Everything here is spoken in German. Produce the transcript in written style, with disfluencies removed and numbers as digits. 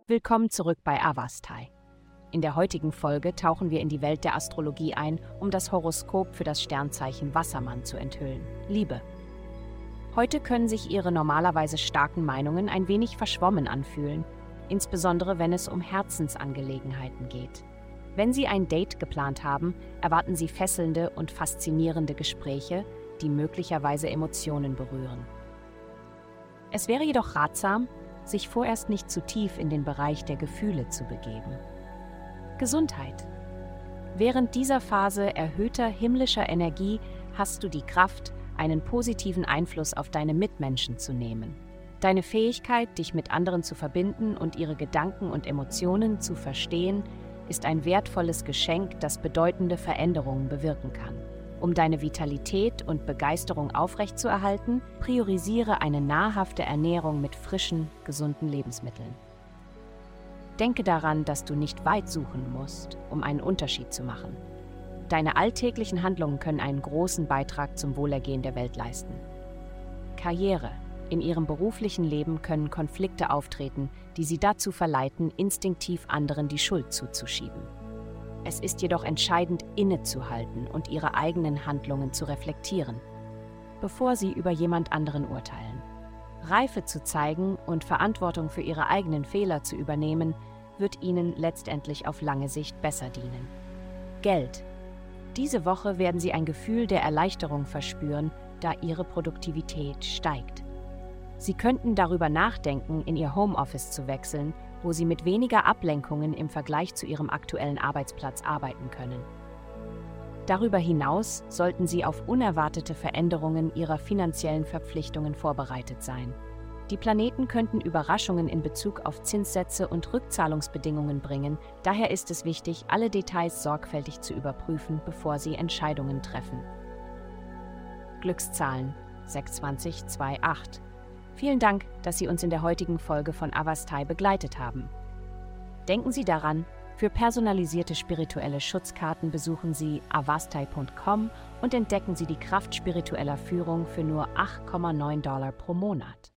Willkommen zurück bei Avastai. In der heutigen Folge tauchen wir in die Welt der Astrologie ein, um das Horoskop für das Sternzeichen Wassermann zu enthüllen. Liebe. Heute können sich Ihre normalerweise starken Meinungen ein wenig verschwommen anfühlen, insbesondere wenn es um Herzensangelegenheiten geht. Wenn Sie ein Date geplant haben, erwarten Sie fesselnde und faszinierende Gespräche, die möglicherweise Emotionen berühren. Es wäre jedoch ratsam, sich vorerst nicht zu tief in den Bereich der Gefühle zu begeben. Gesundheit. Während dieser Phase erhöhter himmlischer Energie hast du die Kraft, einen positiven Einfluss auf deine Mitmenschen zu nehmen. Deine Fähigkeit, dich mit anderen zu verbinden und ihre Gedanken und Emotionen zu verstehen, ist ein wertvolles Geschenk, das bedeutende Veränderungen bewirken kann. Um deine Vitalität und Begeisterung aufrechtzuerhalten, priorisiere eine nahrhafte Ernährung mit frischen, gesunden Lebensmitteln. Denke daran, dass du nicht weit suchen musst, um einen Unterschied zu machen. Deine alltäglichen Handlungen können einen großen Beitrag zum Wohlergehen der Welt leisten. Karriere. In ihrem beruflichen Leben können Konflikte auftreten, die sie dazu verleiten, instinktiv anderen die Schuld zuzuschieben. Es ist jedoch entscheidend, innezuhalten und ihre eigenen Handlungen zu reflektieren, bevor sie über jemand anderen urteilen. Reife zu zeigen und Verantwortung für ihre eigenen Fehler zu übernehmen, wird ihnen letztendlich auf lange Sicht besser dienen. Geld. Diese Woche werden Sie ein Gefühl der Erleichterung verspüren, da Ihre Produktivität steigt. Sie könnten darüber nachdenken, in Ihr Homeoffice zu wechseln, wo Sie mit weniger Ablenkungen im Vergleich zu Ihrem aktuellen Arbeitsplatz arbeiten können. Darüber hinaus sollten Sie auf unerwartete Veränderungen Ihrer finanziellen Verpflichtungen vorbereitet sein. Die Planeten könnten Überraschungen in Bezug auf Zinssätze und Rückzahlungsbedingungen bringen, daher ist es wichtig, alle Details sorgfältig zu überprüfen, bevor Sie Entscheidungen treffen. Glückszahlen 62028. Vielen Dank, dass Sie uns in der heutigen Folge von Avastai begleitet haben. Denken Sie daran, für personalisierte spirituelle Schutzkarten besuchen Sie avastai.com und entdecken Sie die Kraft spiritueller Führung für nur $8,9 pro Monat.